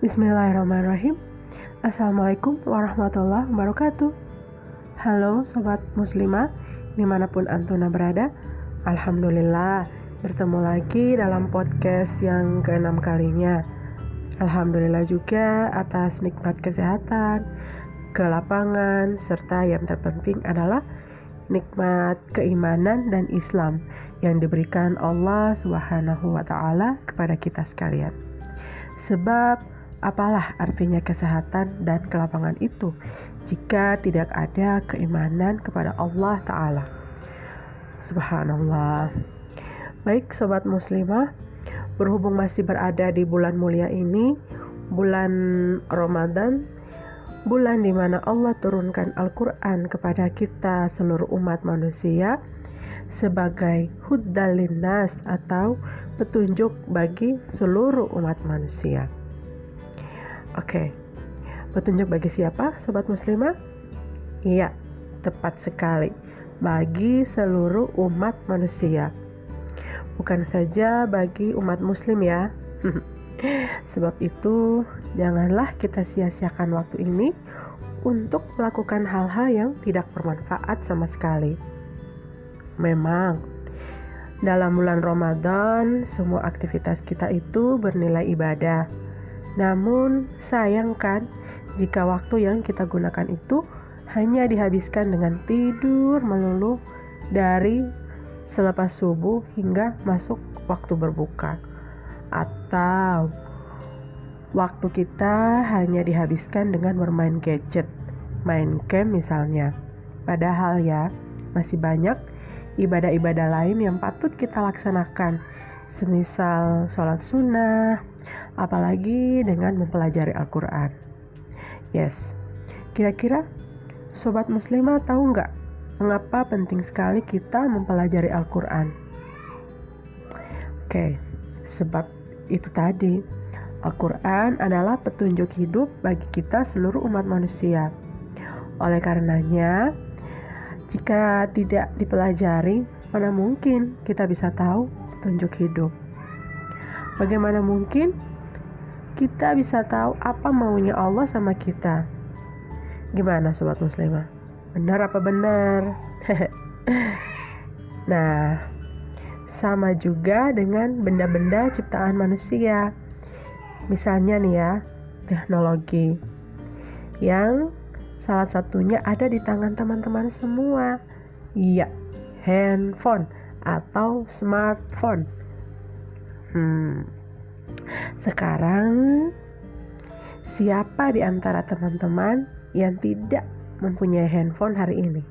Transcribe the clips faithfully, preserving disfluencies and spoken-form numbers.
Bismillahirrahmanirrahim. Assalamualaikum warahmatullahi wabarakatuh. Halo Sobat Muslimah, dimanapun Antuna berada. Alhamdulillah, bertemu lagi dalam podcast yang keenam kalinya. Alhamdulillah juga atas nikmat kesehatan, kelapangan, serta yang terpenting adalah nikmat keimanan dan Islam yang diberikan Allah Subhanahu wa Ta'ala kepada kita sekalian. Sebab apalah artinya kesehatan dan kelapangan itu jika tidak ada keimanan kepada Allah Ta'ala. Subhanallah. Baik Sobat Muslimah, berhubung masih berada di bulan mulia ini, bulan Ramadan, bulan di mana Allah turunkan Al-Quran kepada kita seluruh umat manusia sebagai huddal linnas atau petunjuk bagi seluruh umat manusia. Oke, petunjuk bagi siapa Sobat Muslimah? Iya, tepat sekali, bagi seluruh umat manusia. Bukan saja bagi umat muslim ya. Sebab itu, janganlah kita sia-siakan waktu ini untuk melakukan hal-hal yang tidak bermanfaat sama sekali. Memang, dalam bulan Ramadan, semua aktivitas kita itu bernilai ibadah. Namun, sayang kan jika waktu yang kita gunakan itu hanya dihabiskan dengan tidur melulu dari selepas subuh hingga masuk waktu berbuka. Atau waktu kita hanya dihabiskan dengan bermain gadget, main game misalnya. Padahal ya, masih banyak ibadah-ibadah lain yang patut kita laksanakan, semisal sholat sunnah, apalagi dengan mempelajari Al-Quran. Yes, kira-kira Sobat Muslimah tahu nggak mengapa penting sekali kita mempelajari Al-Quran? Oke, sebab itu tadi, Al-Quran adalah petunjuk hidup bagi kita seluruh umat manusia. Oleh karenanya, jika tidak dipelajari, mana mungkin kita bisa tahu petunjuk hidup? Bagaimana mungkin kita bisa tahu apa maunya Allah sama kita? Gimana Sobat Muslimah? Benar apa benar? Nah, sama juga dengan benda-benda ciptaan manusia. Misalnya nih ya, teknologi yang salah satunya ada di tangan teman-teman semua. Iya, handphone atau smartphone. Hmm. Sekarang, siapa di antara teman-teman yang tidak mempunyai handphone hari ini?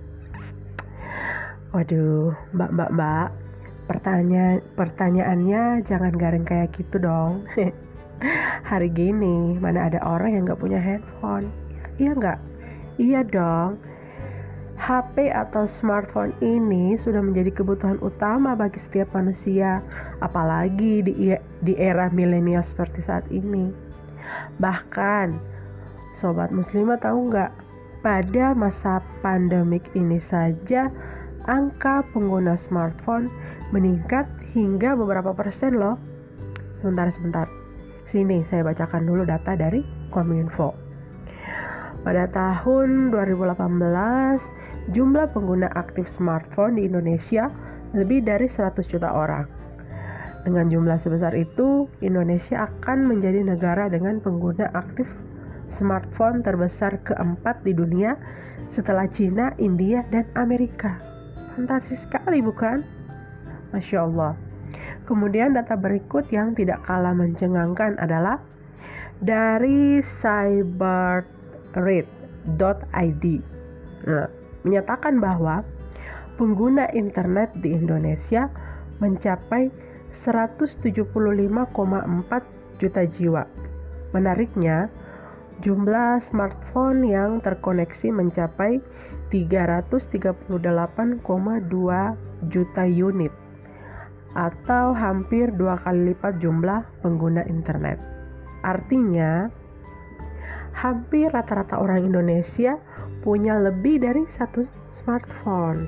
Waduh, mbak-mbak-mbak, pertanyaan pertanyaannya jangan garing kayak gitu dong. Hari gini, mana ada orang yang gak punya handphone? Iya gak? Iya dong. H P atau smartphone ini sudah menjadi kebutuhan utama bagi setiap manusia, apalagi di, di era milenial seperti saat ini. Bahkan, Sobat Muslimah tahu nggak? Pada masa pandemik ini saja, angka pengguna smartphone meningkat hingga beberapa persen loh. Sebentar-sebentar, sini saya bacakan dulu data dari Kominfo. Pada tahun dua ribu delapan belas, jumlah pengguna aktif smartphone di Indonesia lebih dari seratus juta orang. Dengan jumlah sebesar itu, Indonesia akan menjadi negara dengan pengguna aktif smartphone terbesar keempat di dunia setelah Cina, India, dan Amerika. Fantastis sekali bukan? Masya Allah. Kemudian data berikut yang tidak kalah mencengangkan adalah dari cyberrate dot i d. Nah, menyatakan bahwa pengguna internet di Indonesia mencapai seratus tujuh puluh lima koma empat juta jiwa. Menariknya, jumlah smartphone yang terkoneksi mencapai tiga ratus tiga puluh delapan koma dua juta unit, atau hampir dua kali lipat jumlah pengguna internet. Artinya, hampir rata-rata orang Indonesia punya lebih dari satu smartphone.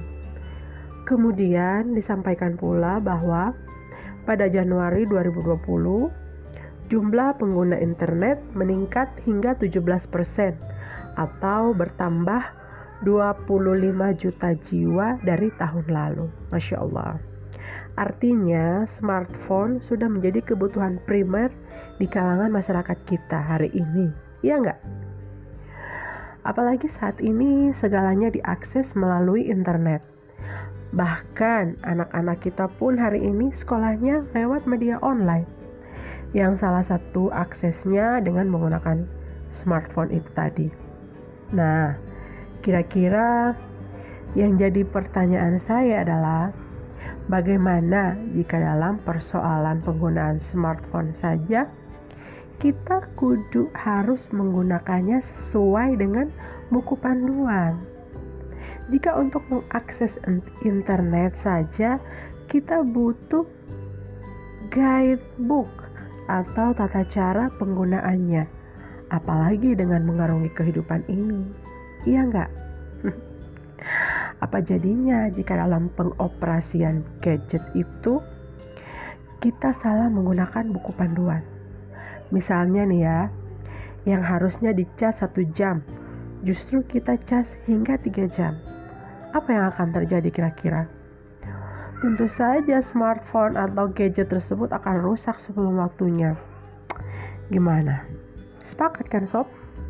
Kemudian disampaikan pula bahwa pada Januari dua ribu dua puluh, jumlah pengguna internet meningkat hingga tujuh belas persen atau bertambah dua puluh lima juta jiwa dari tahun lalu. Masya Allah. Artinya smartphone sudah menjadi kebutuhan primer di kalangan masyarakat kita hari ini. Iya nggak? Apalagi saat ini segalanya diakses melalui internet. Bahkan anak-anak kita pun hari ini sekolahnya lewat media online, yang salah satu aksesnya dengan menggunakan smartphone itu tadi. Nah, kira-kira yang jadi pertanyaan saya adalah, bagaimana jika dalam persoalan penggunaan smartphone saja kita kudu harus menggunakannya sesuai dengan buku panduan? Jika untuk mengakses internet saja kita butuh guidebook atau tata cara penggunaannya, apalagi dengan mengarungi kehidupan ini, iya nggak? Apa jadinya jika dalam pengoperasian gadget itu kita salah menggunakan buku panduan? Misalnya nih ya, yang harusnya dicas satu jam, justru kita cas hingga tiga jam. Apa yang akan terjadi kira-kira? Tentu saja smartphone atau gadget tersebut akan rusak sebelum waktunya. Gimana? Sepakat kan sob?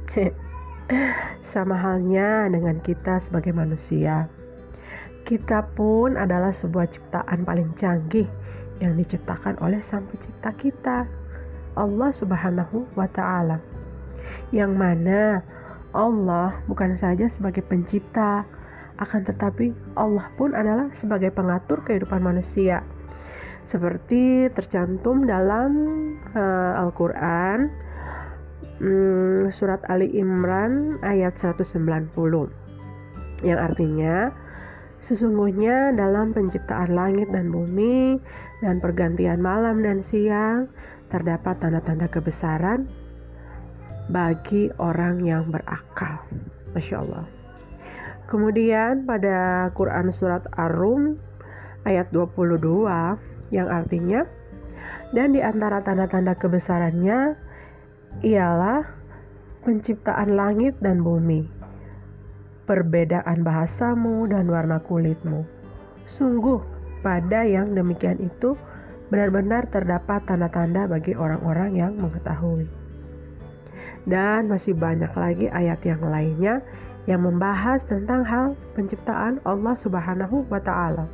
Sama halnya dengan kita sebagai manusia. Kita pun adalah sebuah ciptaan paling canggih yang diciptakan oleh Sang Pencipta kita, Allah Subhanahu wa Ta'ala. Yang mana Allah bukan saja sebagai pencipta, akan tetapi Allah pun adalah sebagai pengatur kehidupan manusia. Seperti tercantum dalam uh, Al-Quran, um, surat Ali Imran ayat seratus sembilan puluh, yang artinya, sesungguhnya dalam penciptaan langit dan bumi dan pergantian malam dan siang terdapat tanda-tanda kebesaran bagi orang yang berakal. Masya Allah. Kemudian pada Quran surat Ar-Rum ayat dua puluh dua, yang artinya, dan di antara tanda-tanda kebesarannya ialah penciptaan langit dan bumi, perbedaan bahasamu dan warna kulitmu. Sungguh pada yang demikian itu benar-benar terdapat tanda-tanda bagi orang-orang yang mengetahui. Dan masih banyak lagi ayat yang lainnya yang membahas tentang hal penciptaan Allah Subhanahu wa Ta'ala.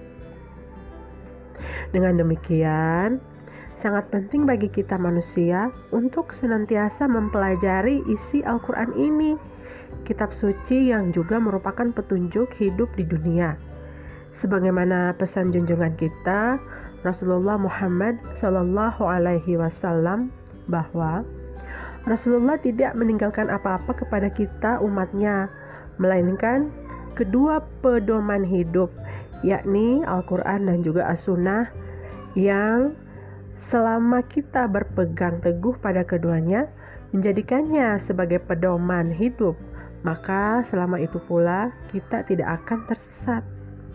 Dengan demikian, sangat penting bagi kita manusia untuk senantiasa mempelajari isi Al-Quran ini, kitab suci yang juga merupakan petunjuk hidup di dunia. Sebagaimana pesan junjungan kita, Rasulullah Muhammad Sallallahu Alaihi Wasallam, bahwa Rasulullah tidak meninggalkan apa-apa kepada kita umatnya, melainkan kedua pedoman hidup, yakni Al-Quran dan juga As-Sunnah, yang selama kita berpegang teguh pada keduanya, menjadikannya sebagai pedoman hidup, maka selama itu pula kita tidak akan tersesat.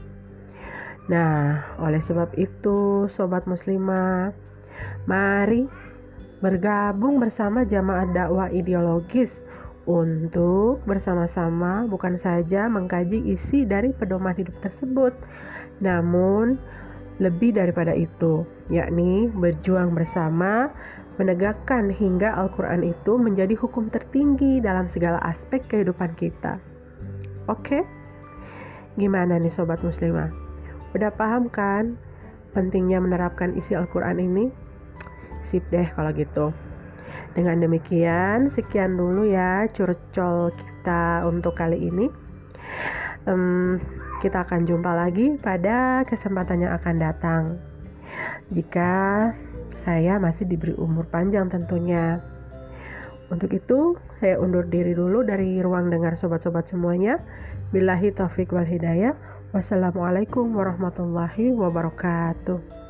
Nah, oleh sebab itu, sobat muslimah, mari bergabung bersama jamaah dakwah ideologis untuk bersama-sama bukan saja mengkaji isi dari pedoman hidup tersebut, namun lebih daripada itu, yakni berjuang bersama menegakkan hingga Al-Quran itu menjadi hukum tertinggi dalam segala aspek kehidupan kita. Oke? Gimana nih sobat muslimah? Udah paham kan pentingnya menerapkan isi Al-Quran ini? Sip deh kalau gitu. Dengan demikian, sekian dulu ya curcol kita untuk kali ini. Um, kita akan jumpa lagi pada kesempatan yang akan datang, jika saya masih diberi umur panjang tentunya. Untuk itu, saya undur diri dulu dari ruang dengar sobat-sobat semuanya. Billahi taufik wal hidayah. Wassalamualaikum warahmatullahi wabarakatuh.